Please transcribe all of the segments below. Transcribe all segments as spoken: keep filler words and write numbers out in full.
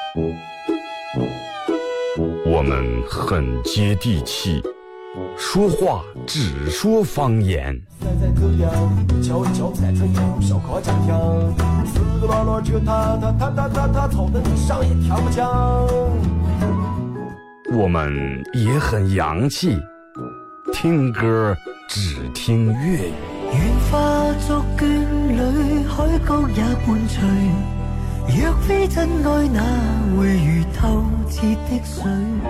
我们很接地气，说话只说方言。我们也很洋气，听歌只听粤语。 愿化作眷侣，海角也伴随。若非真爱，哪会如透彻的水？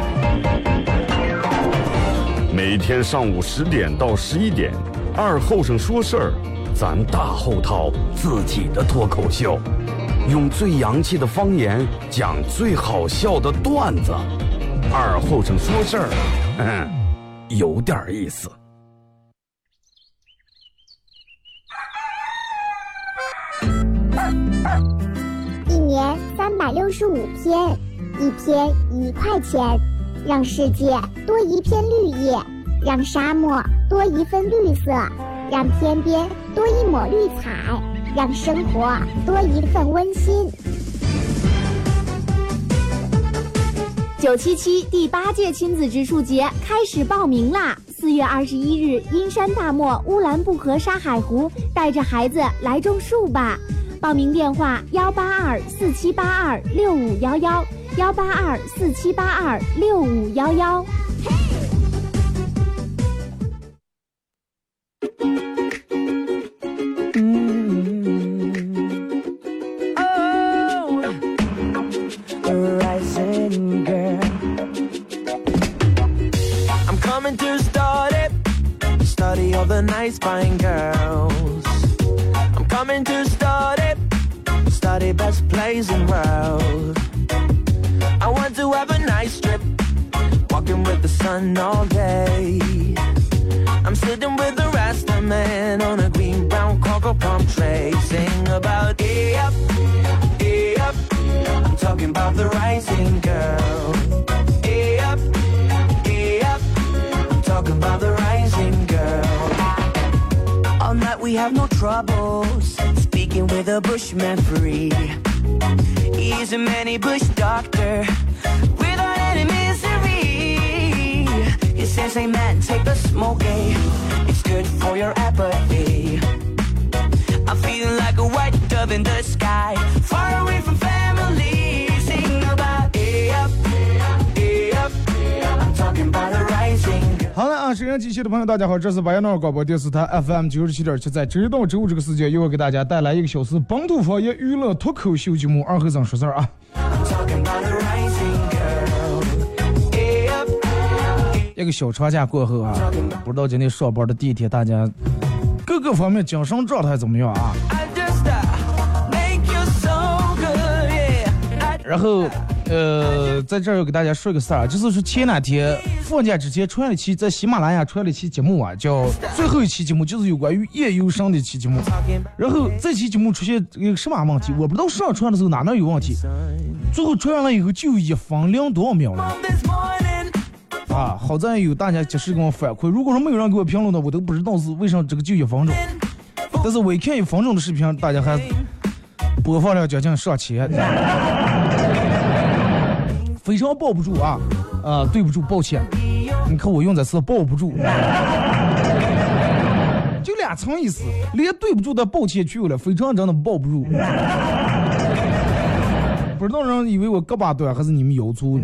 每天上午十点到十一点，二后生说事儿，咱大后套自己的脱口秀，用最洋气的方言讲最好笑的段子。二后生说事儿，嗯，有点意思。 一年三百六十五天，一天一块钱，让世界多一片绿叶，让沙漠多一份绿色，让天边多一抹绿彩，让生活多一份温馨。 九七七第八届亲子植树节开始报名啦！四月二十一日，阴山大漠乌兰布和沙海湖，带着孩子来种树吧！报名电话：幺八二四七八二六五幺幺，幺八二四七八二六五幺幺。 All the nice fine girls, I'm coming to study, study best place in world. I want to have a nice trip, walking with the sun all day. I'm sitting with the Rasta man on a green brown cocoa palm tray, sing about hey up, hey up. I'm talking about the rising girl. Hey up, hey up. I'm talking about the rising girl. All night we have no troubles, speaking with a bushman free. He's a many bush doctor, without any misery. He says, hey man, take a smoke, eh? It's good for your apathy. I'm feeling like a white dove in the sky, far away from family. Sing about hey up, hey up. I'm talking about the rising girl. 好了啊，收音机前的朋友大家好，这是白羊闹广播电视台 F M 九十七点七，在周一到周五这个时间又会给大家带来一个小时本土方言娱乐脱口秀节目二和尚说事儿啊。一个小长假过后啊，不知道今天上班的第一天大家各个方面精神状态怎么样啊？然后呃，在这儿要给大家说个事儿，就是说前两天放假之前传了一期在喜马拉雅传了一期节目啊，叫最后一期节目，就是有关于夜游神的一期节目。然后这期节目出现一个什么问题，我不知道上传的时候哪能有问题，最后传完了以后就一分零多少秒了啊！好在有大家及时给我反馈，如果说没有人给我评论的，我都不知道是为什么这个就一分钟。但是我一看一分钟的视频，大家还播放量将近上千。非常抱不住啊，啊、呃，对不住，抱歉。你看我用的词抱不住，就两层意思，连对不住的抱歉去了，非常真的抱不住。不知道人以为我胳膊短还是你们腰粗。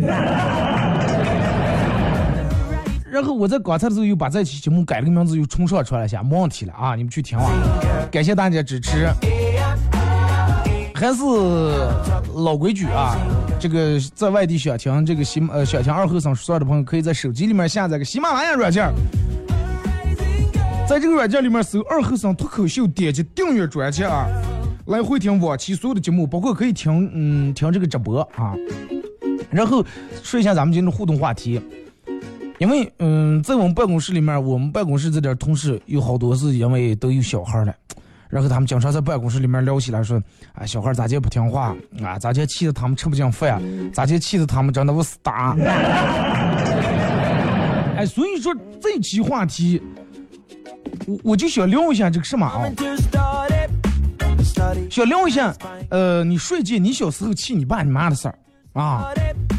然后我在刚才的时候又把这期节目改了个名字，又重上传了一下，没问题了啊！你们去听啊，感谢大家支持。还是老规矩啊。这个在外地想听这个喜呃想听二和尚说的朋友，可以在手机里面下载个喜马拉雅软件，在这个软件里面搜二和尚脱口秀，点击订阅专辑啊，来回听往期所有的节目，包括可以听嗯听这个直播啊。然后说一下咱们今天的互动话题，因为嗯在我们办公室里面，我们办公室这点同事有好多是因为都有小孩了。然后他们经常在办公室里面聊起来说，啊，小孩咋就不听话啊？咋就气得他们吃不进饭？咋就气得他们真的不死打？哎，所以说这期话题，我我就想聊一下这个什么啊？想聊一下，呃，你睡觉你小时候气你爸你妈的事儿啊，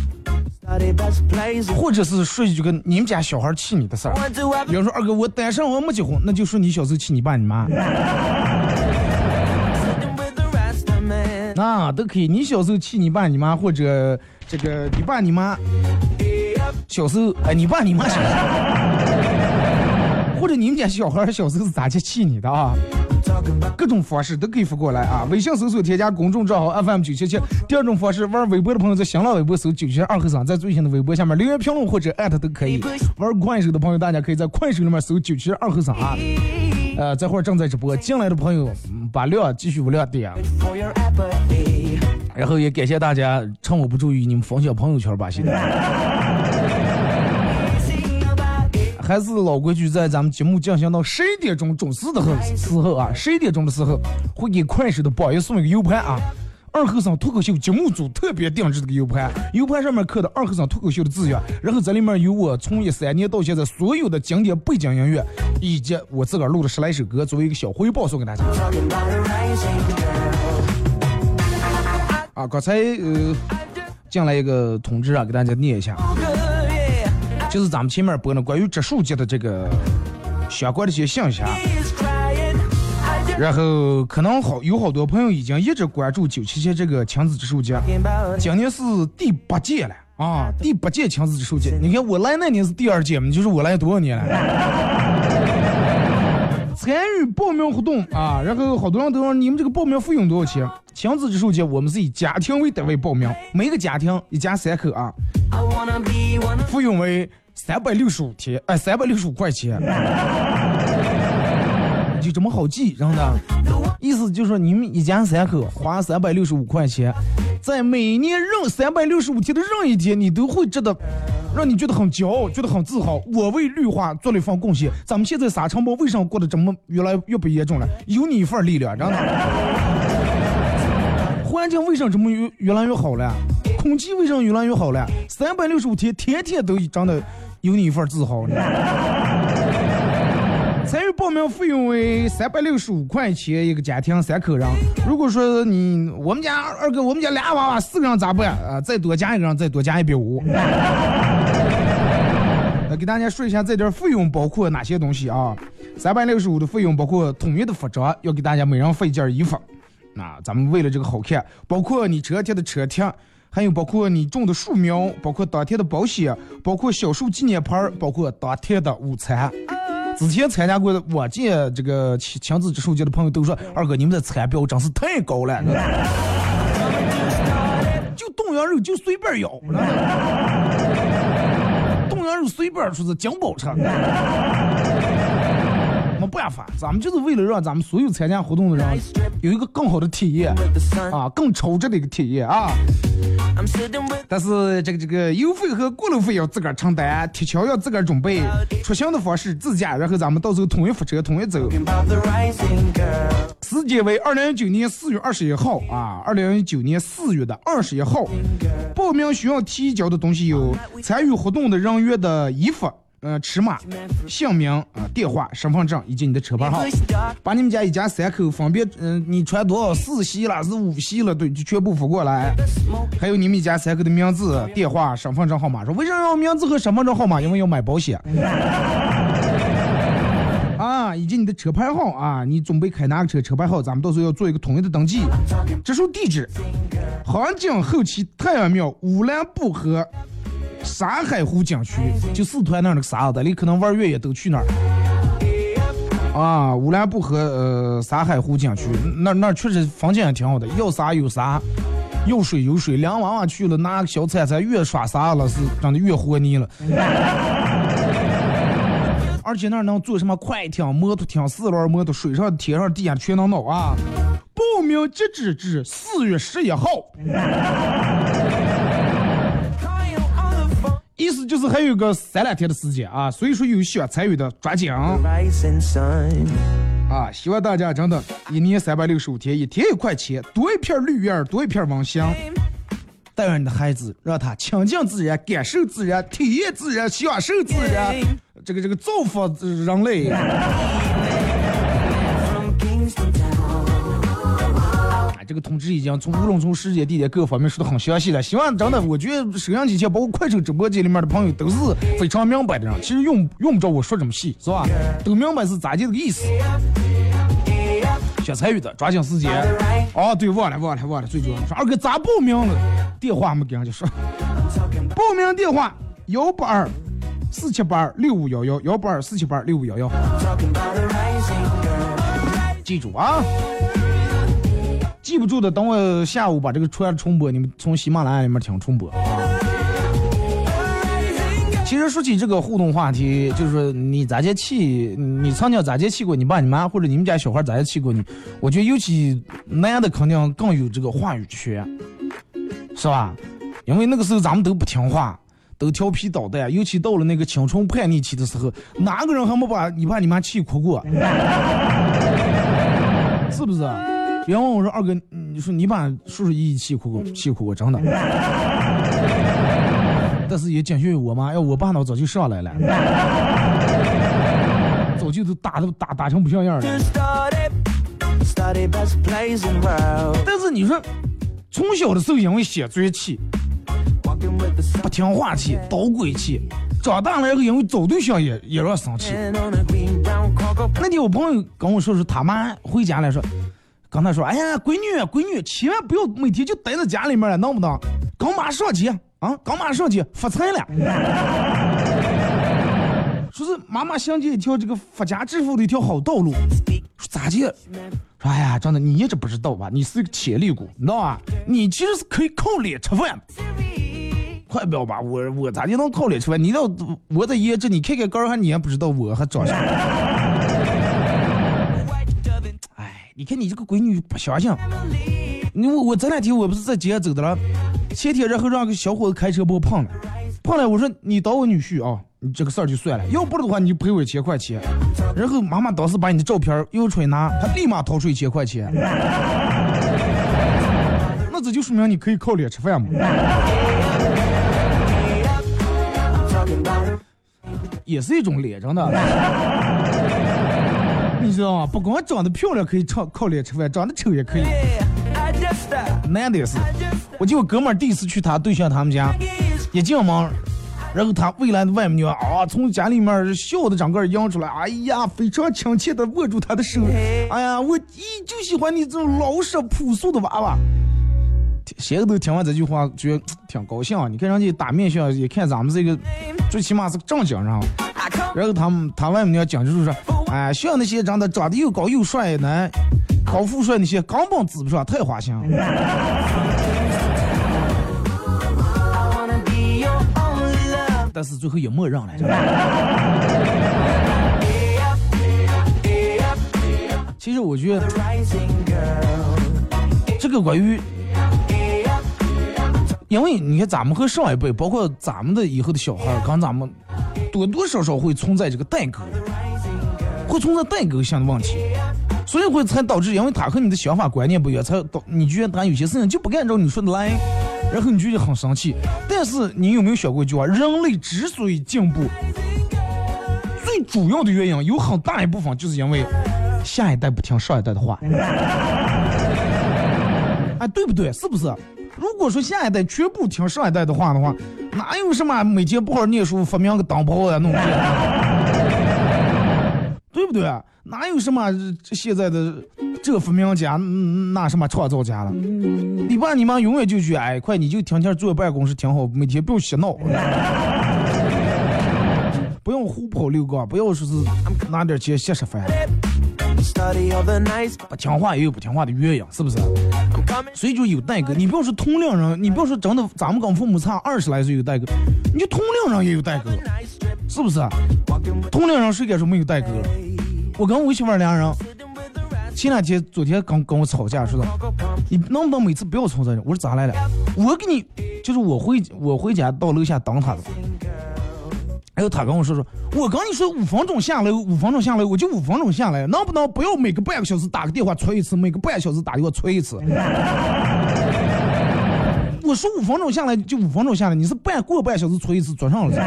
或者是说一句跟你们家小孩气你的事儿，比如说二哥我单身我没结婚，那就说你小时候气你爸你妈，那都可以。你小时候气你爸你妈，或者这个你爸你妈小时候，哎，你爸你妈小时候，或者你们家小孩小时候是咋去气你的啊？各种方式都可以发过来啊！微信搜索添加公众账号 F M 九七七。第二种方式，玩微博的朋友在新浪微博搜九七二和尚，在最新的微博下面留言评论或者艾特都可以。玩快手的朋友，大家可以在快手里面搜九七二和尚啊。呃，这会儿正在直播，进来的朋友、嗯、把量继续无量点。然后也感谢大家趁我不注意，你们分享朋友圈吧，现在。还是老规矩，在咱们节目进行到十一点钟准时的时候啊，十一点钟的时候会给快手的榜一送一个 U 盘啊，二和尚脱口秀节目组特别定制的个 U 盘 ，U 盘上面刻的二和尚脱口秀的字样，然后在里面有我从一三年到现在所有的经典背景音乐，以及我自个儿录的十来首歌，作为一个小回报送给大家。啊，刚才呃进来一个通知啊，给大家念一下。就是咱们前面播的关于植树节的这个相关的一些信息啊，然后可能好有好多朋友已经一直关注九七七这个亲子植树节，今年是第八届了啊，第八届亲子植树节。你看我来那年是第二届嘛，就是我来多少年了？参与报名活动啊，然后好多人都说你们这个报名费用多少钱？亲子植树节我们是以家庭为单位报名，每个家庭一家三口啊，费用为三百六十五天，哎，三百六十五块钱，就这么好记，真的。意思就是说，你们一家三口花三百六十五块钱，在每年任三百六十五天的任一天，你都会觉得，让你觉得很骄傲，觉得很自豪。我为绿化做了一份贡献。咱们现在沙尘暴为什么过得这么越来越不严重了？有你一份力量，真的。环境为什么这么越越来越好了？空气为什么越来越好了？三百六十五天，天天都真的有你一份自豪呢。参与报名费用为三百六十五块钱一个家庭三口人。如果说你我们家二哥我们家俩娃娃四个人咋办啊？再多加一个人，再多加一百五。呃，给大家说一下这点费用包括哪些东西啊？三百六十五的费用包括统一的服装，要给大家每人发一件衣服。那咱们为了这个好看，包括你车贴的车贴，还有包括你种的树苗，包括当天的保险，包括小树纪念牌，包括当天的午餐。之前参加过的我见这个亲子植树节的朋友都说，二哥你们的餐标真是太高了，就冻羊肉就随便咬，冻羊肉随便说是酱爆车。没办法，咱们就是为了让咱们所有参加活动的人有一个更好的体验啊，更超值的一个体验啊。但是这个这个油费和过路费要自个儿承担，铁锹要自个儿准备，出行的方式自驾，然后咱们到时候统一发车统一走。时间为二零一九年四月二十一号啊，二零一九年四月的二十一号。报名需要提交的东西有参与活动的人员的衣服。呃，尺码、姓名、呃、电话、身份证以及你的车牌号，把你们家一家三口分别，嗯、呃，你穿多少四系了，是五系了，对，就全部发过来。还有你们一家三口的名字、电话、身份证号码。说为什么要名字和身份证号码？因为要买保险。啊，以及你的车牌号啊，你准备开哪个车？车牌号，咱们到时候要做一个统一的登记。植树地址：杭景后期太阳庙乌兰布和。沙海湖景区，就四川那儿那个沙子，你可能玩越野都去那儿啊。乌兰布和呃沙海湖景区，那那确实风景也挺好的，要沙有沙，有水有水。两娃娃去了，拿个小铲铲越耍沙了，是长得越活腻了。而且那儿能坐什么快艇、摩托艇、四轮摩托，水上、天上、地下全能弄啊。报名截止至四月十一号。意思就是还有个三两天的时间啊，所以说有想参与的抓紧啊！希望大家真的，一年三百六十五天，一天一块钱，多一片绿叶，多一片温香，带上你的孩子，让他亲近自然，感受自然，体验自然，享受自然，这个这个造福人类。 这个通知已经从无论从时间地点各方面说的很详细了。希望真的，我觉得摄像机前包括快手直播间里面的朋友都是非常明白的人，其实用用不着我说这么细，是吧？都明白是咋的个意思。想参与的抓紧时间。哦，对，忘了忘了忘了，最主要说二哥咋报名了？电话没给人家说。报名电话幺八二四七八六五幺幺，幺八二四七八六五幺幺。记住啊，记不住的，等我下午把这个出来重播，你们从喜马拉雅里面听重播。其实说起这个互动话题，就是说你咋接气，你曾经咋接气过你爸你妈，或者你们家小孩咋接气过你，我觉得尤其男的肯定更有这个话语权，是吧？因为那个时候咱们都不听话，都调皮捣蛋，尤其到了那个青春叛逆期的时候，哪个人还没把你爸你妈气哭过？是不是？别问我说二哥，你说你爸叔叔姨姨气哭过，气哭过，真的。但是也检训我妈，要我爸呢早就上来了，早就都打都打打成不像样了。但是你说从小的时候因为写作业气、不听话气、捣鬼气，长大了然后因为找对象也也让生气。那天我朋友跟我说是他妈回家来说，刚才说哎呀闺女闺女千万不要每天就待在家里面了，能不能刚马上去啊，刚马上去发财了。说是妈妈想起一条这个发家致富的一条好道路。说咋的？说哎呀，真的你一直不知道吧？你是个铁力骨，你知道吧？你其实是可以靠脸吃饭。快不要吧，我我咋就能靠脸吃饭？你到我在椰子，你看看杆还你也不知道我还长啥。哎，你看你这个闺女不相信。你我我这两天我不是在街上走的了，前天然后让个小伙子开车把我碰了，碰了我说你当我女婿啊，你这个事儿就算了，要不的话你就赔我一千块钱。然后妈妈当时把你的照片又出来拿，他立马掏出一千块钱。那这就说明你可以靠脸吃饭嘛。也是一种脸，真的。你知道吗？不光长得漂亮可以靠靠脸吃饭，长得丑也可以。男的也是。我记得我哥们儿第一次去他对象他们家，也进门，然后他未来的外母女啊，从家里面笑的整个扬出来，哎呀，非常亲切的握住他的手，哎呀，我依旧喜欢你这种老实朴素的娃娃。谁都听完这句话觉得挺高兴啊！你看人家打面相，也看咱们这个最起码是个正经人。然后他们他外面要讲就是说，哎，像那些长得长得又高又帅的高富帅那些根本指不上太花心。但是最后也默认了。其实我觉得这个关于。因为你看咱们和上一辈，包括咱们的以后的小孩，跟咱们多多少少会存在这个代沟，会存在代沟性的问题，所以会才导致，因为他和你的想法观念不一样，才导你觉得他有些事情就不按照你说的来，然后你觉得很生气。但是你有没有想过一句话？人类之所以进步，最主要的原因有很大一部分就是因为下一代不听上一代的话。哎，对不对？是不是？如果说下一代全部听上一代的话的话，哪有什么每天不好念书发明个灯泡啊弄这对不对啊？哪有什么现在的这个发明家那什么创造家了？你爸你妈永远就觉得哎，快你就天天坐办公室挺好，每天不用洗脑，不用胡跑六个，不要说是拿点钱歇吃饭。不听话也有不听话的原因，是不是？所以就有代沟。你不要说同龄人，你不要说真的，咱们跟父母差二十来岁有代沟，你就同龄人也有代沟，是不是？同龄人谁敢说没有代沟？我跟我媳妇俩人，前两天昨天刚跟我吵架，说的你能不能每次不要吵这？我说咋来了？我给你就是我回我回家到楼下等他的。然后他跟我说说，我跟你说五分钟下来，五分钟下来，我就五分钟下来，能不能不要每个半个小时打个电话催一次，每个半个小时打电话催一次？我说五分钟下来就五分钟下来，你是半过半小时催一次，转上了。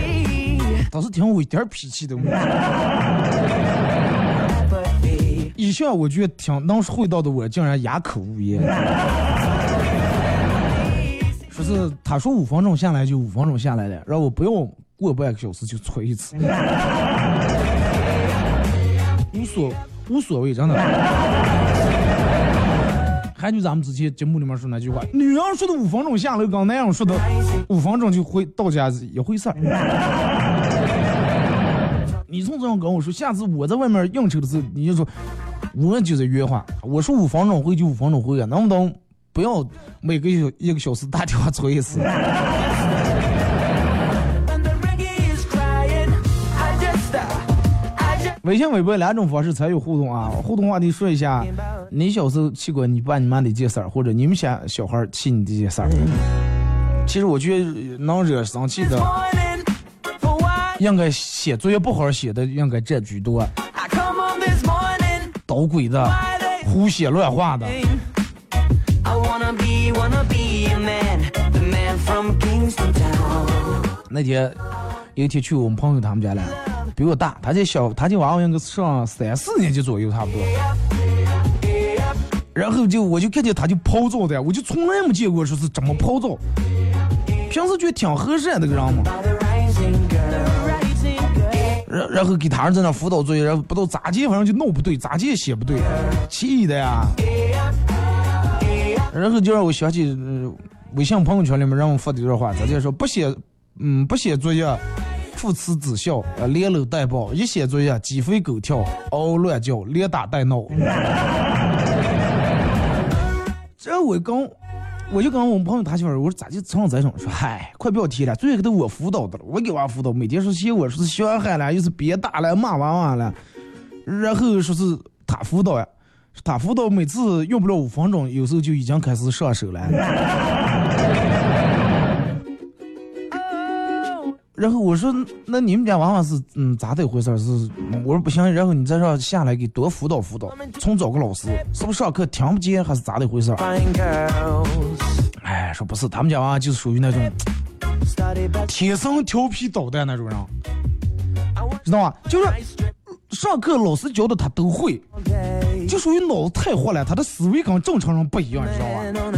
倒是挺我一点脾气的。以项我觉得挺能会到的，我竟然哑口无言。说是他说五分钟下来就五分钟下来了，然后我不用过半个小时就催一次，无所无所谓，真的。还就咱们之前节目里面说那句话，女人说的五分钟下楼，跟男人说的五分钟就回到家一回事儿。你从这样跟我说，下次我在外面应酬的时候，你就说我就在约话，我说五分钟回就五分钟回啊，能不能不要每个小一个小时打电话催一次？微信、微博两种方式才有互动啊！互动话题说一下，你小时候气过你爸你妈的一件事儿，或者你们家小孩气你这件事儿。其实我觉得能惹生气的，应该写作业不好写的，应该占居多。捣鬼的、胡写乱画的。那天有一天去我们朋友他们家来。比我大，他这小，他这娃娃应该上三四年级左右差不多。然后就我就看见他就泡澡的，我就从来没见过说是怎么泡澡。平时觉得挺和善那个人嘛。然然后给他人在那辅导作业，然后不知道咋接，反正就弄不对，咋接写不对，气的呀。然后就让我想起、呃、微信朋友圈里面让我发的一段话，咋就说不写，嗯，不写作业。父慈子孝，呃，连搂带抱，一写作业鸡飞狗跳，嗷嗷乱叫，连打带闹。这我刚，我就跟我们朋友谈起来，我说咋就这样这种？说嗨，快不要提了，作业都我辅导的了，我给娃辅导，每天说写我说是小孩了，又是别打了，骂娃娃了，然后说是他辅导呀，他辅导每次用不了五分钟，有时候就已经开始上手了。然后我说，那你们家娃娃是嗯咋的回事？是我说不行，然后你再让下来给多辅导辅导，重找个老师，是不是上课听不见还是咋的回事？哎，说不是，他们家娃娃就是属于那种天生调皮捣蛋那种人，知道吗？就是上课老师教的他都会，就属于脑子太活了，他的思维跟正常人不一样，你知道吗？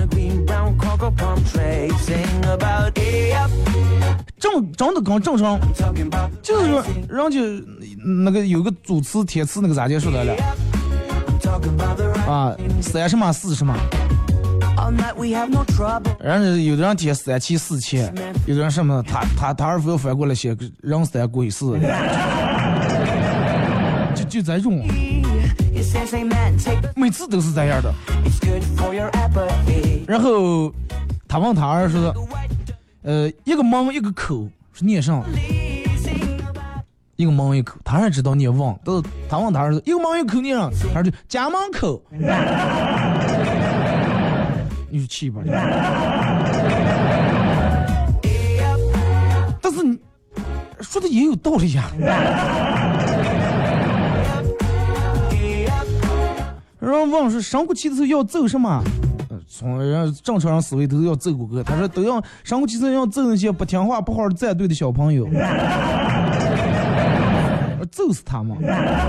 正真的跟正常，就是说，人家那个有个主词贴词那个咋解说来了？啊，三什么四什么？人家有的人贴三七四七，有的人什么？他他他二夫要反过来写人三鬼四，就就这种，每次都是这样的。然后他问他儿说。呃，一个门一个口是念上，一个门一口，他还知道念忘，都是他问他儿子一个门一口念上，他说家门口，你就气吧。但是你说的也有道理呀。然后问说上过气的时候要揍什么？从人正常人思维都要揍过个，他说都要上过几次要揍那些不听话不好的站队的小朋友，揍死他嘛！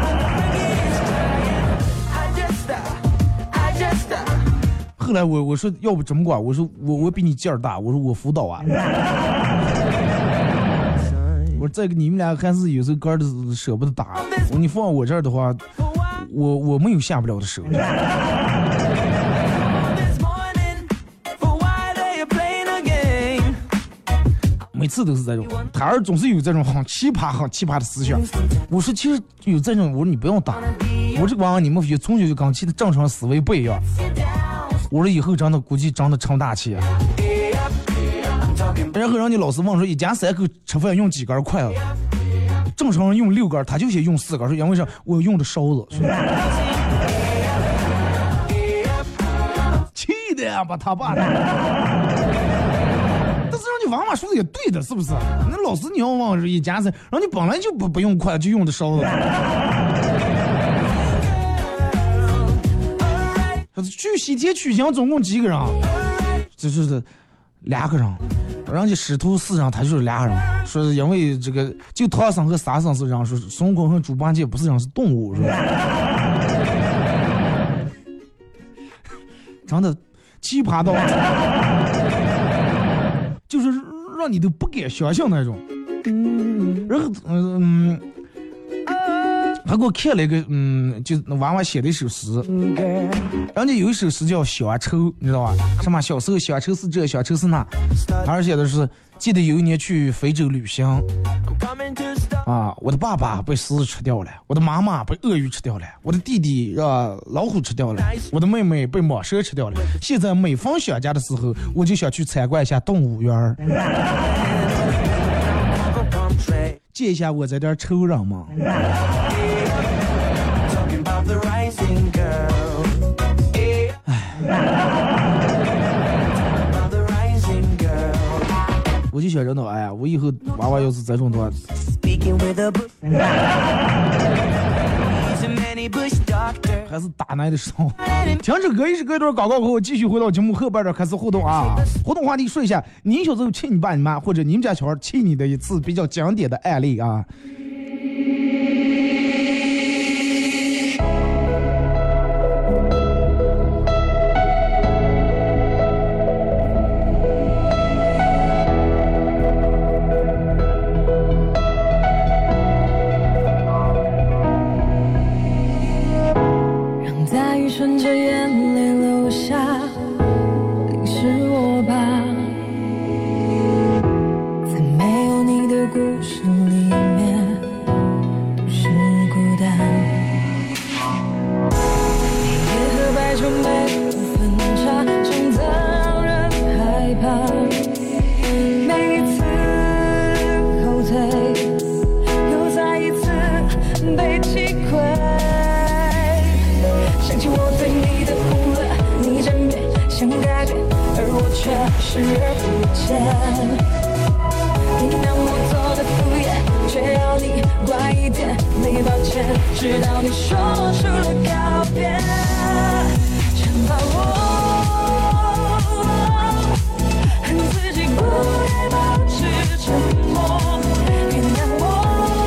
后来我我说要不这么管，我说我我比你劲儿大，我说我辅导啊，我说这个你们俩还是有时候杆子舍不得打，我说你放我这儿的话，我我没有下不了的手。每次都是这种，他儿总是有这种很奇葩、很奇葩的思想。我说其实有这种，我说你不用打，我这个娃娃你们从小就跟其他正常思维不一样。我说以后真的估计真的成大器。然后让你老师问说一家三口吃饭用几根筷子，正常人用六根，他就先用四根，说因为啥？我用的勺子。气的呀，把他爸的。但是让你娃娃说的也对的，是不是？那老师你要忘是一家子，然后你本来就不不用筷，就用的勺子。去西天取经总共几个人？这就是两个人。人家师徒四人，他就是俩人。说是因为这个，就唐僧和沙僧是人，说孙悟空和猪八戒不是人，是动物，是吧？ 真的奇葩到，就是让你都不敢想象那种。然后嗯。他给我看了一个，嗯，就那娃娃写的一首诗，人家有一首诗叫《乡愁》，你知道吧？什么小时候乡愁是这，乡愁是那，而且的是记得有一年去非洲旅行，啊，我的爸爸被狮子吃掉了，我的妈妈被鳄鱼吃掉了，我的弟弟让、啊、老虎吃掉了，我的妹妹被蟒蛇吃掉了。现在每逢想家的时候，我就想去参观一下动物园，借一下我这点仇人嘛。我就想着呢，哎呀，我以后娃娃要是这种的话，还是打奶的时候。停止歌，一首歌一段广告后，继续回到节目后半段开始互动啊！互动话题说一下，你小时候气你爸你妈，或者你们家小孩气你的一次比较经典的案例啊。 顺着眼泪流下，淋湿我吧，在没有你的故事里面都是孤单。黑夜和白昼没有分叉，真的让人害怕。每一次后退，又再一次被击溃。想起我对你的忽略，你争辩想改变，而我却视而不见。你让我做的敷衍，却要你乖一点，没抱歉，直到你说出了告别，惩罚我，恨自己不该保持沉默，原谅我。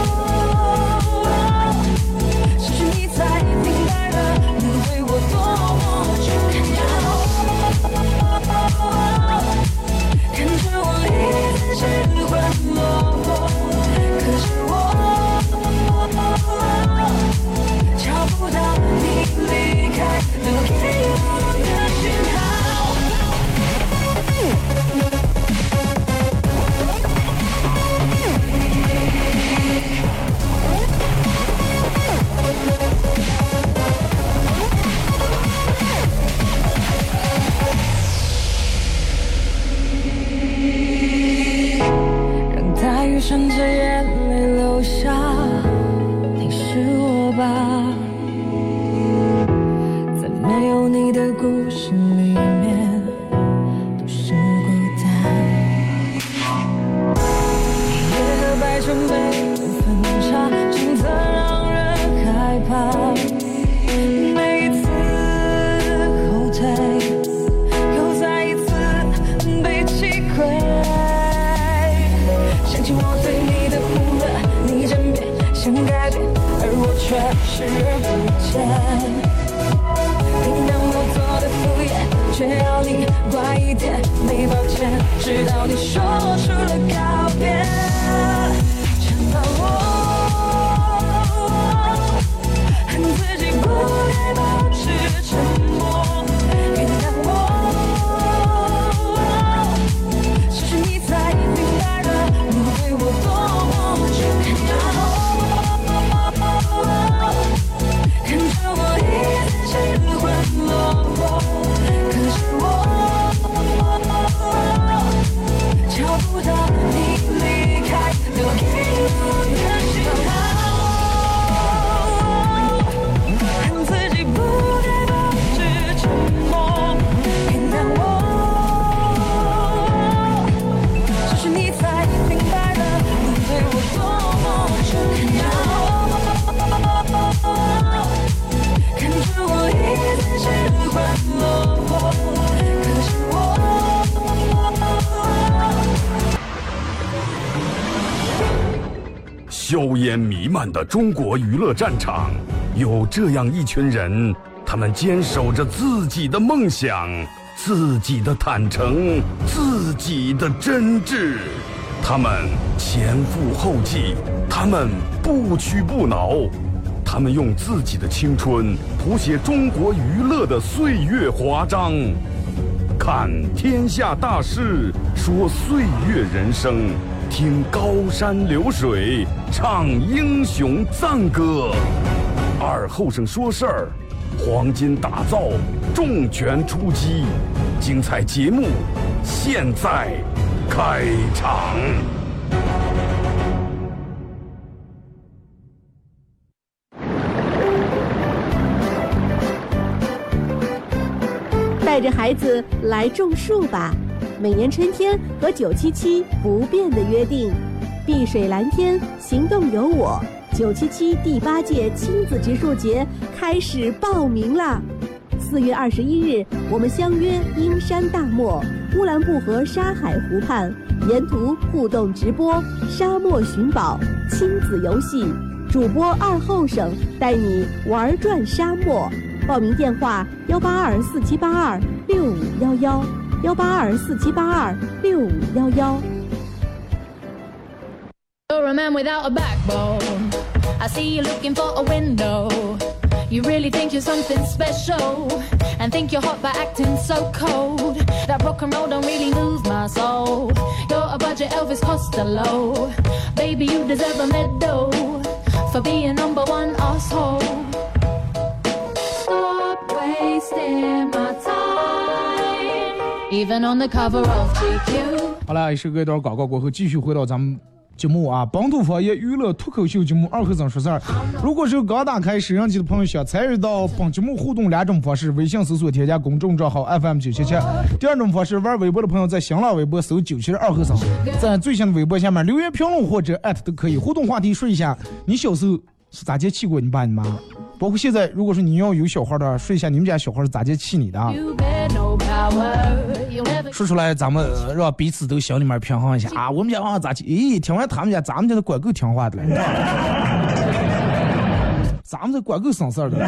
顺着眼泪流下，你是我吧，在没有你的故事里面都是孤单。黑夜和白昼没有分叉，真的让人害怕。每一次后退，又再一次被击溃。想起我对你的忽略，你争辩想改变，而我却视而不见。你让我做的敷衍，却要你乖一点，没抱歉，直到你说出了告别，惩罚我，恨自己不该保持沉默，原谅我。 硝烟弥漫的中国娱乐战场，有这样一群人， 他们坚守着自己的梦想，自己的坦诚，自己的真挚。他们前赴后继，他们不屈不挠，他们用自己的青春谱写中国娱乐的岁月华章。看天下大事，说岁月人生，听高山流水，唱英雄赞歌。二后生说事儿，黄金打造，重拳出击，精彩节目现在开场。 带着孩子来种树吧，每年春天和九七七不变的约定。碧水蓝天，行动有我。九七七第八届亲子植树节开始报名啦！四月二十一日，我们相约阴山大漠乌兰布和沙海湖畔，沿途互动直播沙漠寻宝亲子游戏，主播二后生带你玩转沙漠。报名电话：幺八二四七八二六五幺幺，幺八二四七八二六五幺幺。 You're a man without a backbone. I see you looking for a window. You really think you're something special, and think you're hot by acting so cold. That rock and roll don't really move my soul. You're a budget Elvis Costello. Baby, you deserve a medal for being number one asshole. Stop wasting my time, even on the cover of G Q. 好了，时隔一段广告过后，继续回到咱们节目啊，本土方言娱乐脱口秀节目二和尚说事儿。如果是刚打开摄像机的朋友，想参与到本节目互动两种方式：微信搜索添加公众账号 F M 九七七；第二种方式，玩微博的朋友在新浪微博搜九七二和尚，在最新的微博下面留言评论或者艾特都可以。互动话题说一下，你小时候是咋接气过你爸你妈？包括现在，如果说你要有小孩的，说一下你们家小孩是咋接气你的啊？说出来，咱们让彼此都心里面平衡一下啊！我们家娃娃咋气？咦，听完他们家，咱们家都管够听话的了，咱们这管够省事儿的了。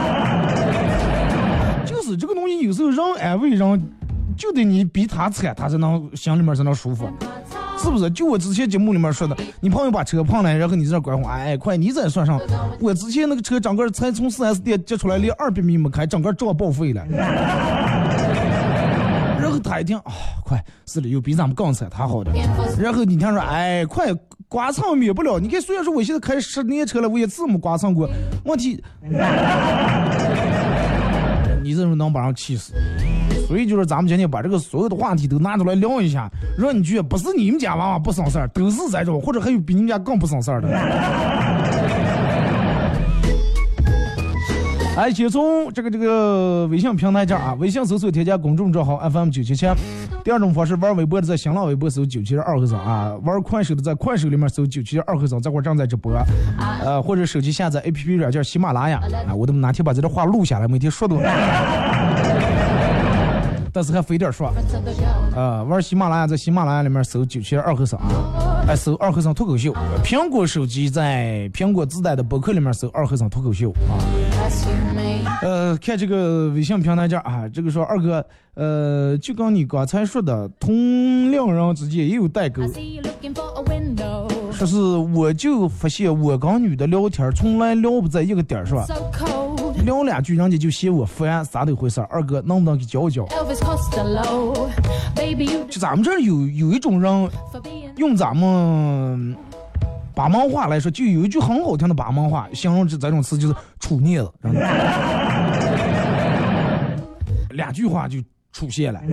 就是这个东西，有时候人安慰人，就得你比他惨，他才能心里面才能舒服。是不是？就我之前节目里面说的，你朋友把车碰了，然后你在这管我，哎，快你再算上。我之前那个车整个才从 四 S 店接出来，连二百米没开，整个撞报废了。然后他一听啊，快，是的，有比咱们更惨，他好的。然后你听说，哎，快，刮蹭免不了。你看，虽然说我现在开十年车了，我也这么刮蹭过，问题，你这种能把人气死。所以就是咱们今天把这个所有的话题都拿出来聊一下，让你觉得不是你们家娃娃不省事儿，都是这种，或者还有比你们家更不省事儿的。哎，先从这个这个微信平台这儿啊，微信搜索添加公众账号 F M 九七七。第二种方式，玩微博的在新浪微博搜九七二和尚啊，玩快手的在快手里面搜九七二和尚，这会儿正在直播，呃，或者手机下载 A P P 软件喜马拉雅啊，我都哪天把这个话录下来，每天说的。但是还费点说，呃，玩喜马拉雅在喜马拉雅里面搜九七二和尚啊，哎，搜二和尚脱口秀。苹果手机在苹果自带的博客里面搜二和尚脱口秀啊。呃，看这个微信平台这啊，这个说二哥，呃，就跟你刚才说的，同龄人之间也有代沟。说是我就发现我跟女的聊天从来聊不在一个点儿，是吧？聊两句人家就嫌我烦，咋的回事？二哥能不能给教教？就咱们这儿有有一种人，用咱们巴门话来说，就有一句很好听的巴门话形容这这种词，就是处孽子，两句话就出现了，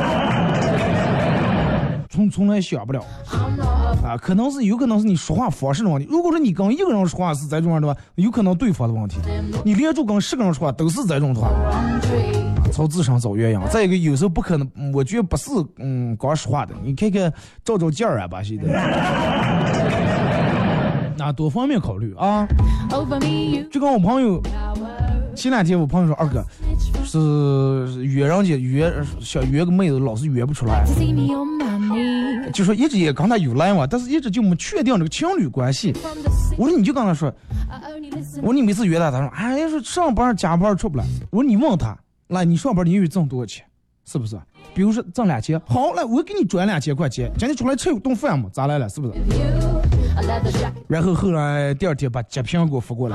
从从来想不了啊，可能是有可能是你说话方式的问题。如果说你跟一个人说话是这种样的话，有可能对方的问题。你连住跟十个人说话都是这种的话，操自上找鸳鸯。再一个，有时候不可能，我觉得不是嗯光说话的，你看看照照镜儿啊，把戏的。那多方面考虑啊。就跟我朋友前两天，我朋友说二哥是约人家约想约个妹子，老是约不出来。 就说一直也跟他有来往，但是一直就没确定这个情侣关系。我说你就跟他说，我说你每次约他，他说哎呀说上班加班出不来。我说你问他，来你上班你月挣多少钱，是不是？比如说挣两千，好来我给你转两千块钱，今天出来吃一顿饭嘛，咋来了是不是？然后后来第二天把截屏给我发过来，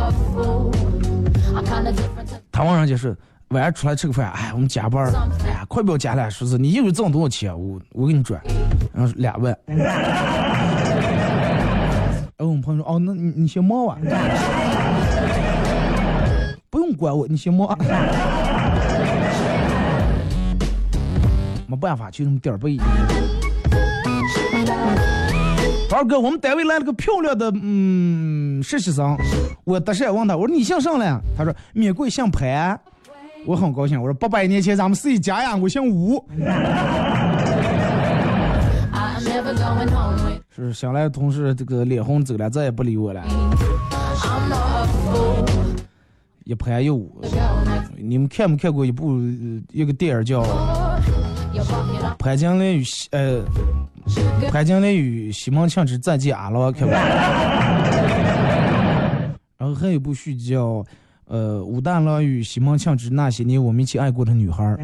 他问人家是晚上出来吃个饭，哎我们加班，哎呀快不要加了，说是你一月挣多少钱，我我给你转，然后两万。然后我们朋友说哦那你你先忙吧，不用管我，你先忙。没办法，就这么点儿背。二哥，我们单位来了个漂亮的嗯实习生，我当时也问他，我说你姓啥嘞？他说免贵姓潘。我很高兴，我说八百年前咱们是一家呀，我姓吴。是想来的同事这个脸红走了，再也不理我了。一潘一吴，你们看没看过一部一个电影叫潘金莲与呃潘金莲与西门庆之再见阿拉，看过？然后还有一部剧叫呃武大郎与西门庆之那些年我们一起爱过的女孩。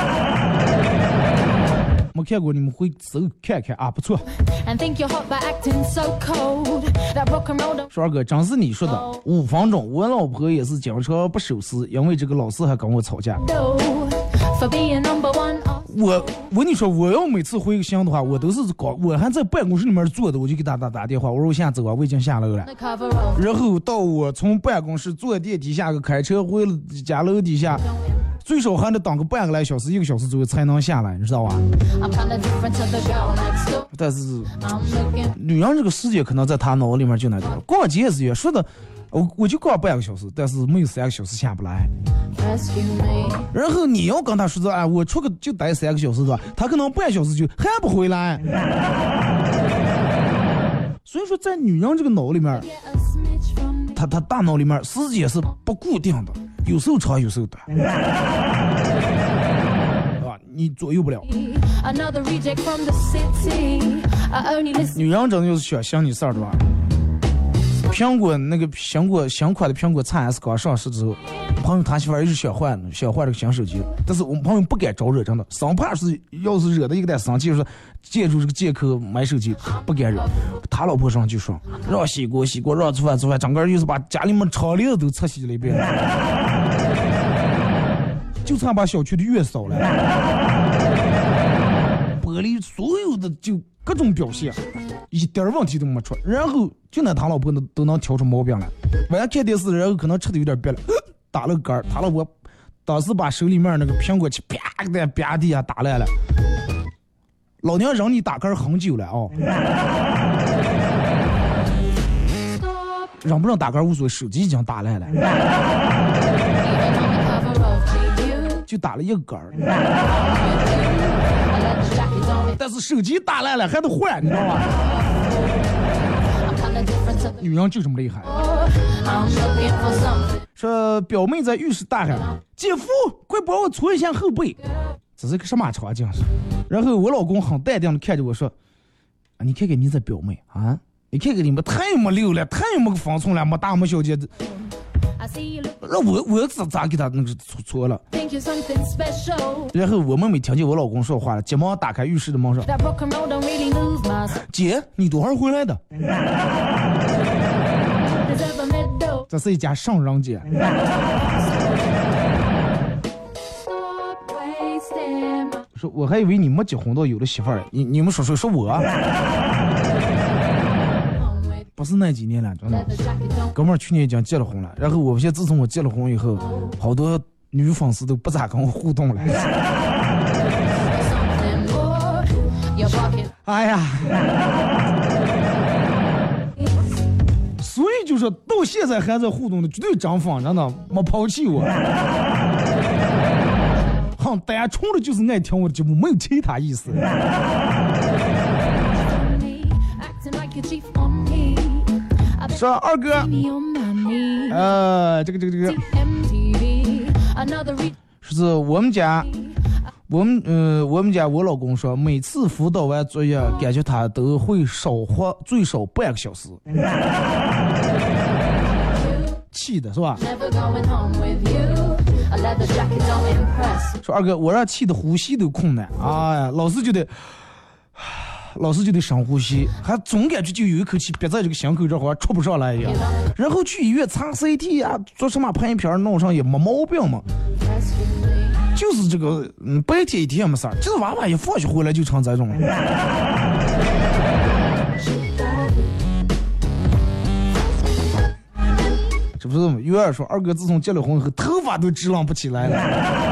没看过你们回搜看看啊，不错。说二哥，真是你说的五分钟，我老婆也是经常不守时，因为这个老师还跟我吵架。我我跟你说，我要每次回个乡的话，我都是搞，我还在办公室里面坐的，我就给他打打电话，我说我现在走啊，我已经下楼了。然后到我从办公室坐电梯下个开车回了家楼底下，最少还得等个半个来小时一个小时左右才能下来，你知道吧？但是女人这个世界可能在她脑里面就那种逛街也是也说的，我我就逛半个小时，但是没有三个小时下不来。然后你要跟他说的哎，我出个就待三个小时的，他可能半小时就还不回来。所以说在女人这个脑里面，她她大脑里面时间是不固定的，有时候长有时候短。你左右不了。女人真的就是想想你事儿的吧？苹果那个苹果新款的苹果 X S 刚上市之后，朋友他媳妇儿一直想换想换这个新手机，但是我们朋友不敢招惹，真的，生怕是要是惹的一个代生气，就是借助这个借口买手机，不敢惹。他老婆上就说让洗锅洗锅，让做饭做饭，整个就是把家里面窗帘都擦洗了一遍，就差把小区的月扫了，玻璃所有的就各种表现，一点问题都没出，然后就拿他老婆都能挑出毛病来。晚上看电视，然后可能吃的有点别了，打了个嗝，他老婆当时把手里面那个苹果去啪的啪地下打烂了。老娘让你打嗝很久了哦，让不让打嗝无所谓，手机已经打烂了，就打了一个嗝。但是手机打烂了还得换，你知道吗？女人就这么厉害。说表妹在浴室大喊：“姐夫，快帮我搓一下后背！”这是个什么场景？然后我老公很淡定的看着我说：“啊，你看看你这表妹啊，你看看你们太没溜了，太没个方寸了，没大没小姐。”那我我咋咋给他那个搓搓了？然后我妹妹听见我老公说话了，急忙打开浴室的门说：“姐，你多会儿回来的？”这是一家上人街。说我还以为你没结婚都有了媳妇儿，你你们说说说我。不是那几年了，真的。哥们儿去年已经结了婚了，然后我发现自从我结了婚以后，好多女粉丝都不咋跟我互动了。哎呀，所以就说到现在还在互动的，绝对真粉，真的没抛弃我。哼，大家冲的就是爱听我的节目，没有其他意思。说二哥，呃，这个这个这个，是我们家我们呃，我们家我老公说，每次辅导完作业，感觉他都会少花最少半个小时，气的是吧？说二哥，我让气的呼吸都困难，哎呀，老是就得，老是就得深呼吸，还总感觉就有一口气憋在这个心口这好像出不上来一样。然后去医院查 C T 啊，做什么拍片弄上也没毛病嘛。就是这个，嗯，白天一天也没事儿，就是娃娃一放学回来就成这种了。这不是有点说二哥自从结了婚以后，头发都直朗不起来了。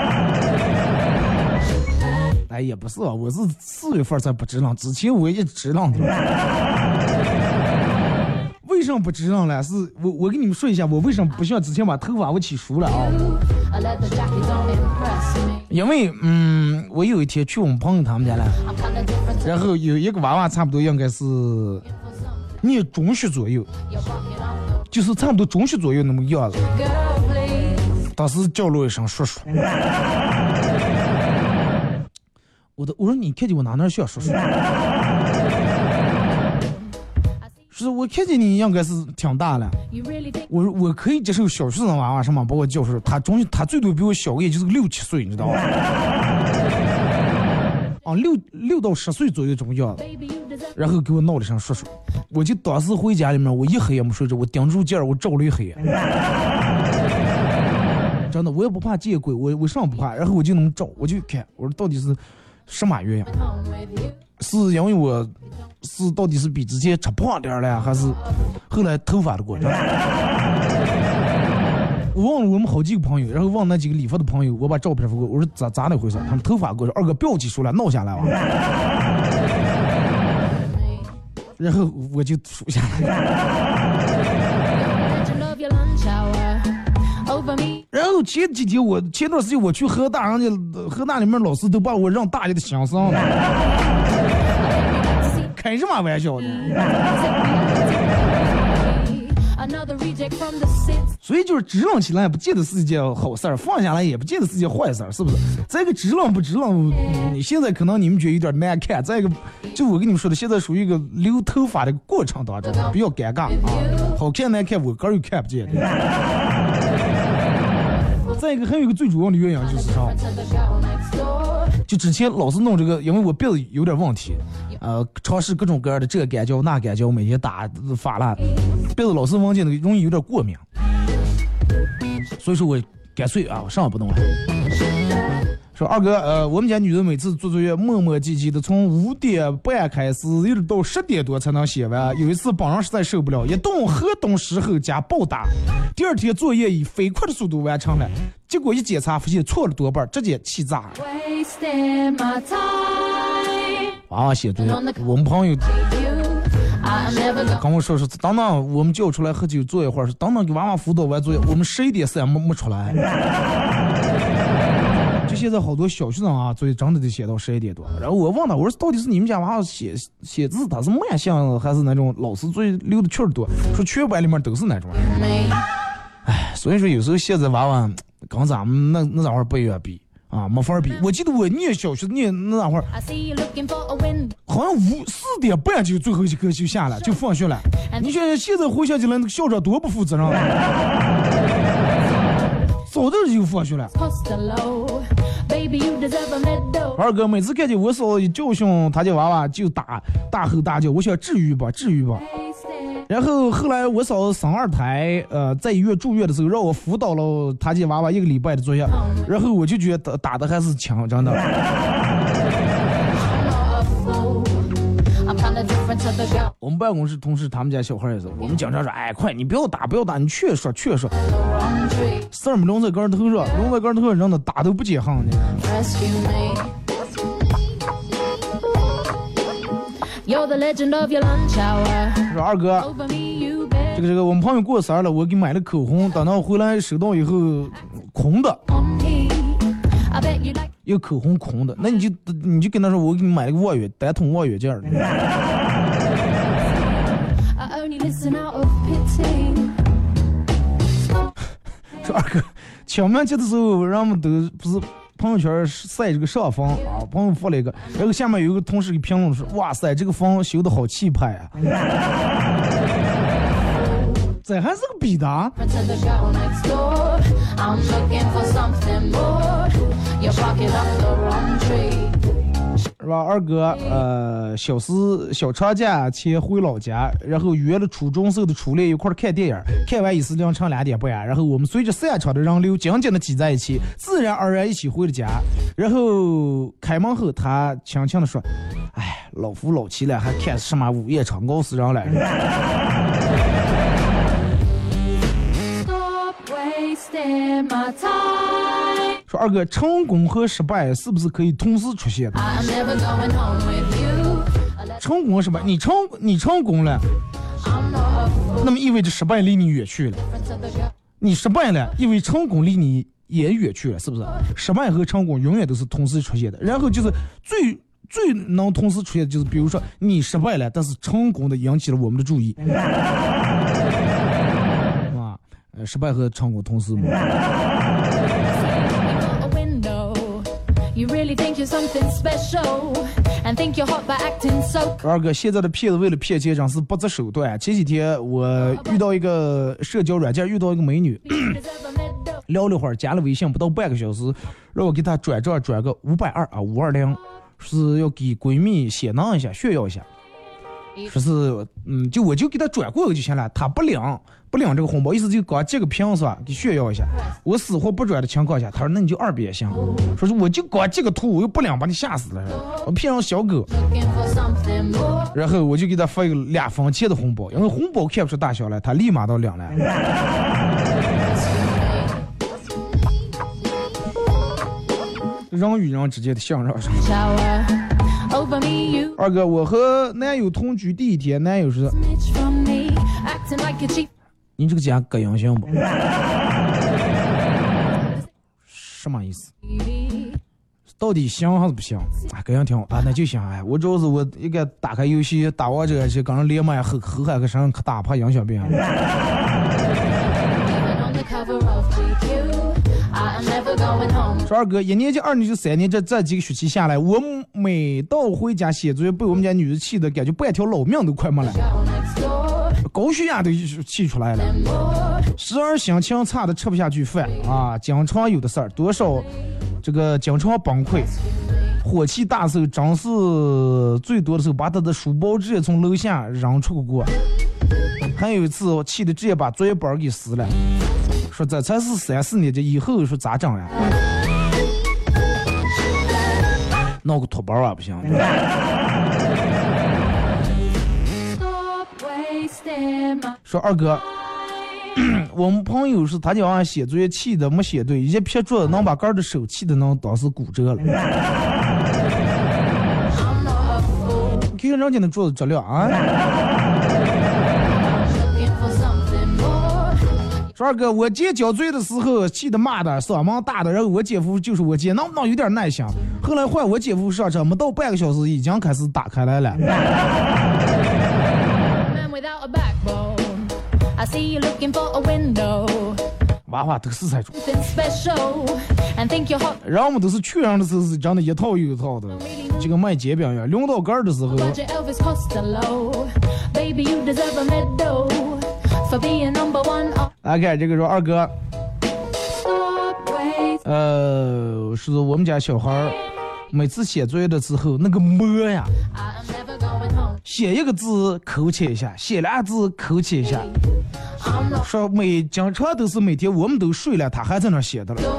哎，也不是啊，我是四月份才不直朗，之前我也直朗的。为什么不直朗了？是我我给你们说一下，我为什么不像之前把头发我起梳了啊？因为嗯，我有一天去我们朋友他们家了，然后有一个娃娃，差不多应该是念中学左右，就是差不多中学左右那么样子。当时叫了一声叔叔，我的我说你看见我哪哪像叔叔？是我看见你应该是挺大了，我我可以接受小学生娃娃什么，包括教授，他中他最多比我小个也就是个六七岁，你知道吗？啊，六六到十岁左右这么样，然后给我闹了声叔叔，我就当时回家里面，我一黑也没睡着，我顶住劲儿，我照了一黑，真的，我也不怕见鬼，我我上不怕，然后我就能照，我就看，我说到底是什么原因？是因为我是到底是比之前吃胖点了，还是后来头发的过程？我问了我们好几个朋友，然后问那几个理发的朋友，我把照片发过，我说咋咋那回事？他们头发过去，二哥不要技术了，闹下来了。然后我就数下来。然后前几天我前段时间我去河大，人家河大里面老师都把我让大爷的想上了，开什么玩笑呢？所以就是支棱起来也不见得是一件好事儿，放下来也不见得是一件坏事儿，是不是？再一个支棱不支棱，你现在可能你们觉得有点难看，再一个就我跟你们说的，现在属于一个留头发的过程当中，比较尴尬啊，好看难看我个人又看不见的。再一个还有一个最主要的原因就是啥？就之前老是弄这个，因为我鼻子有点问题，呃，尝试各种各样的这个干胶那干胶，每天打发蜡，鼻子老是闻见的容易有点过敏，所以说我干脆啊，我上也不弄了。说二哥，呃，我们家女的每次做作业磨磨唧唧的，从五点半开始，一直到十点多才能写完。有一次班上实在受不了，一顿河东狮吼加暴打。第二天作业以飞快的速度完成了，结果一检查发现错了多半，直接气炸了。娃娃写作业，我们朋友跟我说说，等等我们叫出来喝酒坐一会儿，等等给娃娃辅导完作业，我们十一点三没没出来。就现在好多小学生啊，作业真的得写到十一点多。然后我问他，我说到底是你们家娃娃写写字他是慢性还是那种老师作业留的确实多？说全班里面都是那种。哎，所以说有时候现在娃娃跟咱们那那咋会不一样比啊，没法比。我记得我念小学念那咋会，好像五四点半就最后一课就下了，就放学了。你想想现在回想起来，那个校长多不负责任啊！早点就放学了。二哥每次看见我嫂一教训他家娃娃就打大吼大叫，我想治愈吧治愈吧。然后后来我嫂生二胎，呃，在医院住院的时候，让我辅导了他家娃娃一个礼拜的作业，然后我就觉得打的还是强，真的。我们办公室同事他们家小孩也是，我们经常说，哎，快你不要打不要打，你劝说劝说，事儿没弄在杆头上，弄在杆头上，让他打都不解恨呢。说二哥，这个这个我们朋友过生日了，我给买了口红，等到回来收到以后空的，一个口红空的，那你就你就跟他说，我给你买了个望远单筒望远镜。说二哥，清明节的时候，人们都不是朋友圈晒这个上房啊，朋友发了一个，然后下面有一个同事给评论说：“哇塞，这个房修的好气派啊！”这还是个逼的啊！是吧，二哥，呃，小时小长假前回老家，然后约了初中时候的初恋一块儿看电影，看完也是凌晨两点半，然后我们随着散场的人流紧紧的挤在一起，自然而然一起回了家。然后开门后，他轻轻的说：“哎，老夫老妻了，还看什么午夜场，熬死人了。”说二哥，成功和失败是不是可以同时出现的？成功和失败，你成你成功了，那么意味着失败离你远去了；你失败了，意味着成功离你也远去了，是不是？失败和成功永远都是同时出现的。然后就是最最能同时出现的就是，比如说你失败了，但是成功的引起了我们的注意。啊，失败和成功同时吗？二哥，现在的骗子为了骗钱真是不择手段。前几天我遇到一个社交软件，遇到一个美女，聊了会儿，加了微信不到半个小时，让我给她转账转个五百二啊，五二零，是要给闺蜜显囊一下，炫耀一下。说是嗯，就我就给她转过去就行了，她不领不领这个红包，意思就搞这个屏是吧？给炫耀一下。我死活不转的情况下，她说那你就二别行。说是我就搞这个图，我又不领，把你吓死了，我骗上小狗。然后我就给她发一个俩分钱的红包，因为红包看不出大小来，她立马都领了。人与人之间的相让上。二哥，我和男友同居第一天，男友说：“你这个家隔音行不？”什么意思？到底行还是不行？啊，隔音挺好啊，那就行。哎，我主要是我应该打开游戏打王者去，刚刚连麦后后海个声可大，怕影响别人。说二哥，一年级、二年级、三年级这几个学期下来，我每到回家写作业，被我们家女儿气的感觉半条老命都快没了，高血压都气出来了，时而心情差的吃不下去饭啊，经常有的事儿，多少这个经常崩溃，火气大时候真是最多的时候把他的书包直接从楼下扔出过，还有一次我气的直接把作业本给撕了。说这才是三四年级，以后说咋整呀？闹个托包啊，不行。说二哥，我们朋友是他叫俺写作业气的没写对，一撇桌子能把杆的手气的能当时骨折了。你看人家的桌子质量啊！说二哥，我姐交作业的时候气得骂的嗓门大的，然后我姐夫就是我姐能不能有点耐心？后来换我姐夫上车，没到半个小时已经开始打开来了。娃娃都是这种，然后我们都是确认的时候是真的一套又一套的，这个卖煎饼呀，轮到杆的时候。来看这个说二哥，呃，是我们家小孩每次写作业的时候，那个摸呀，写一个字口起一下，写俩字口起一下，说每经常都是每天我们都睡了，他还在那写的了。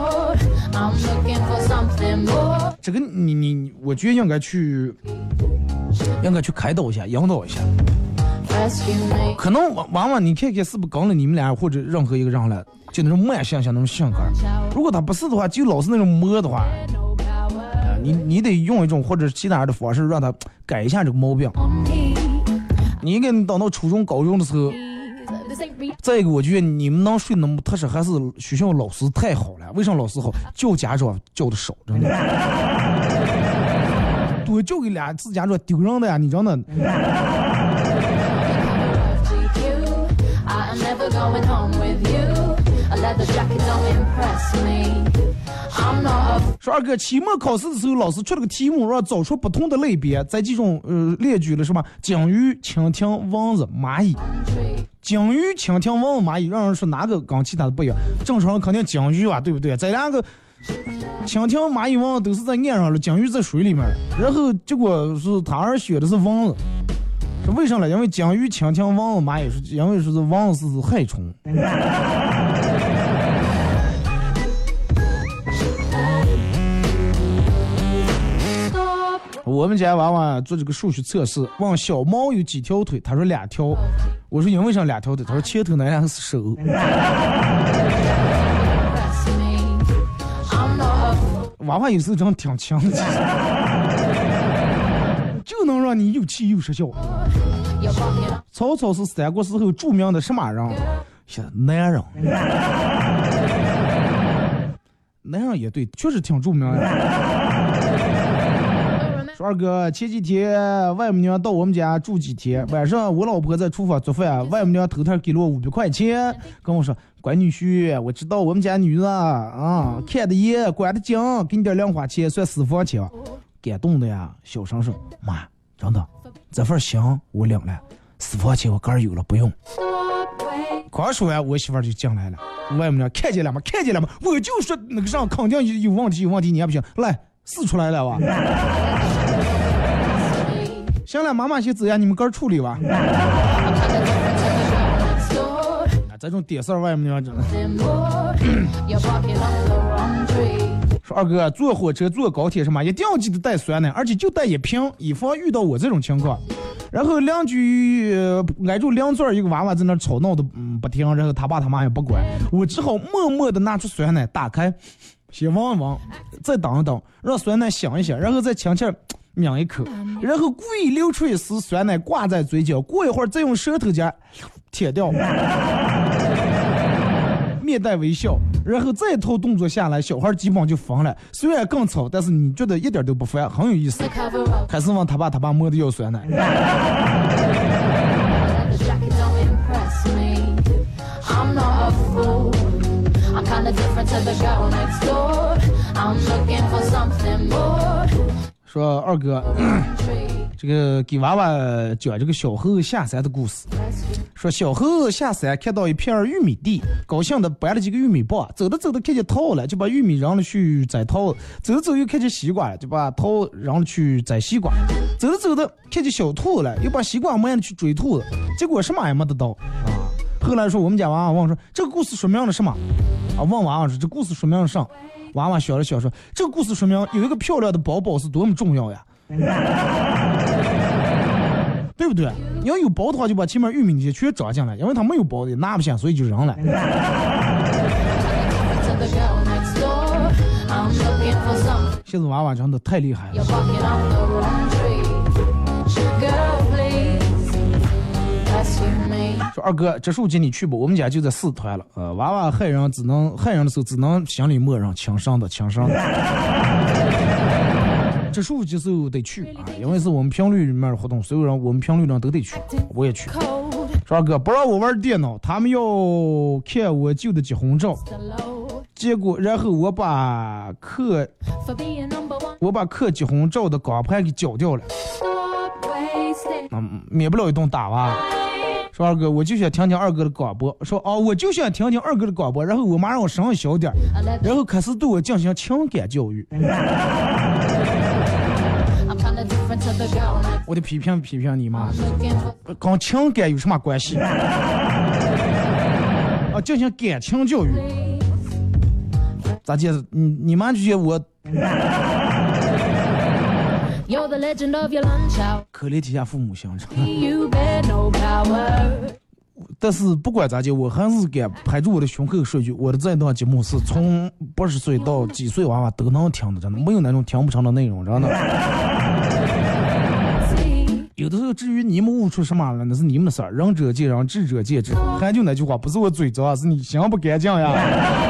这个你你，我觉得应该去，应该去开导一下，引导一下。可能往往你看看是不是跟了你们俩或者任何一个人了，就那种慢性性那种性格。如果他不是的话，就老是那种摸的话，呃、你你得用一种或者其他的方式让他改一下这个毛病。你应该等到初中高中的时候，再一个我觉得你们能睡那么踏实，还是学校老师太好了。为什么老师好？教家长教的少，真的。多教给俩自家长丢人的呀，你真的。 说二哥，期末考试的时候，老师出了个题目，让找出不同的类别，在其中呃列举了什么鲸鱼、蜻蜓、蚊子、蚂蚁。鲸鱼、蜻蜓、蚊子、蚂蚁，让人说哪个跟其他的不一样？正常肯定鲸鱼吧，对不对？这两个蜻蜓、蚂蚁、蚊子都是在岸上了，鲸鱼在水里面，然后结果是他儿选的是蚊子。是为什么呢？因为鲸鱼、蜻蜓、蚊子、蚂蚁是因为说是蚊子是害虫。我们家娃娃做这个数学测试，问小猫有几条腿，他说两条。我说因为啥两条腿？他说前头那两个是手。娃娃有时候真挺强的，就能让你又气又失笑。曹操是三国时候著名的什么人？男人。男人也对，确实挺著名的。说二哥，前几天外母娘到我们家住几天，晚上我老婆在厨房做饭，外母娘头头给了我五百块钱，跟我说：“乖女婿，我知道我们家女的啊，看得严，管得紧，给你点零花钱算私房钱。”感动的呀，小声说：“妈，真的，这份行我领了，私房钱我个儿有了，不用。”刚说完，我媳妇就进来了。外母娘看见了吗？看见了吗？我就说那个上肯定有问题，有问题，你还不行，来试出来了吧。行了，妈妈先走呀，你们哥处理吧。这种点事儿外面真的。说二哥，坐火车坐高铁什么一定要记得带酸奶，而且就带一瓶，以防遇到我这种情况。然后邻居挨住邻座一个娃娃在那吵闹的嗯不停，然后他爸他妈也不管，我只好默默的拿出酸奶打开，先闻一闻，再等一等，让酸奶响一响，然后再轻轻抿一口，然后故意流出一丝酸奶挂在嘴角，过一会儿再用舌头夹舔掉，面带微笑，然后再一套动作下来，小孩基本就疯了。虽然更吵，但是你觉得一点都不烦，很有意思。开始问他爸，他爸摸的要酸奶。说二哥，这个给娃娃讲这个小猴下山的故事。说小猴下山看到一片玉米地，高兴的搬了几个玉米棒，走着走着看见桃了，就把玉米扔了去摘桃，走着走又看见西瓜了，就把桃扔了去摘西瓜，走着走着看见小兔了，又把西瓜扔了去追兔子，结果什么也没得到啊。后来说我们家娃娃问说这个故事说明了什么啊？问娃娃说这故事说明了啥？娃娃笑了笑说这个故事说明有一个漂亮的宝宝是多么重要呀。对不对？你要有包的话，就把前面玉米那些全装进来，因为他没有包的拿不下，所以就扔了。现在娃娃真的太厉害了。说二哥，这树节你去吧，我们家就在四团了。呃，娃娃害人只能害人的时候，只能心里默认轻伤的轻伤的。这数节时候得去啊，因为是我们频率里面的活动，所有人我们频率上都得去，我也去。说二哥不让我玩电脑，他们要看我旧的结婚照，结果然后我把刻我把刻结婚照的光盘给绞掉了，嗯，免不了一顿打吧。说二哥，我就想听听二哥的广播。说哦，我就想听听二哥的广播。然后我妈让我声音小点，然后开始对我进行情感教育。我得批评批评你妈，跟情感有什么关系？啊，进行感情教育。咋介？你你妈就觉得我？可怜天下父母心肠。但是不管咋讲，我还是敢拍住我的胸口说句，我的这档节目是从八十岁到几岁娃娃都能听的，真的没有那种听不成的内容，真的。有的时候至于你们悟出什么了，那是你们的事儿，仁者见仁，智者见智。还就那句话，不是我嘴脏，是你心不干净呀。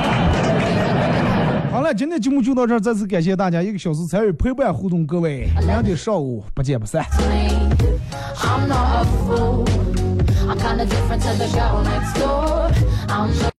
好了，今天节目就到这儿，再次感谢大家一个小时参与陪伴互动，各位，明天上午不见不散。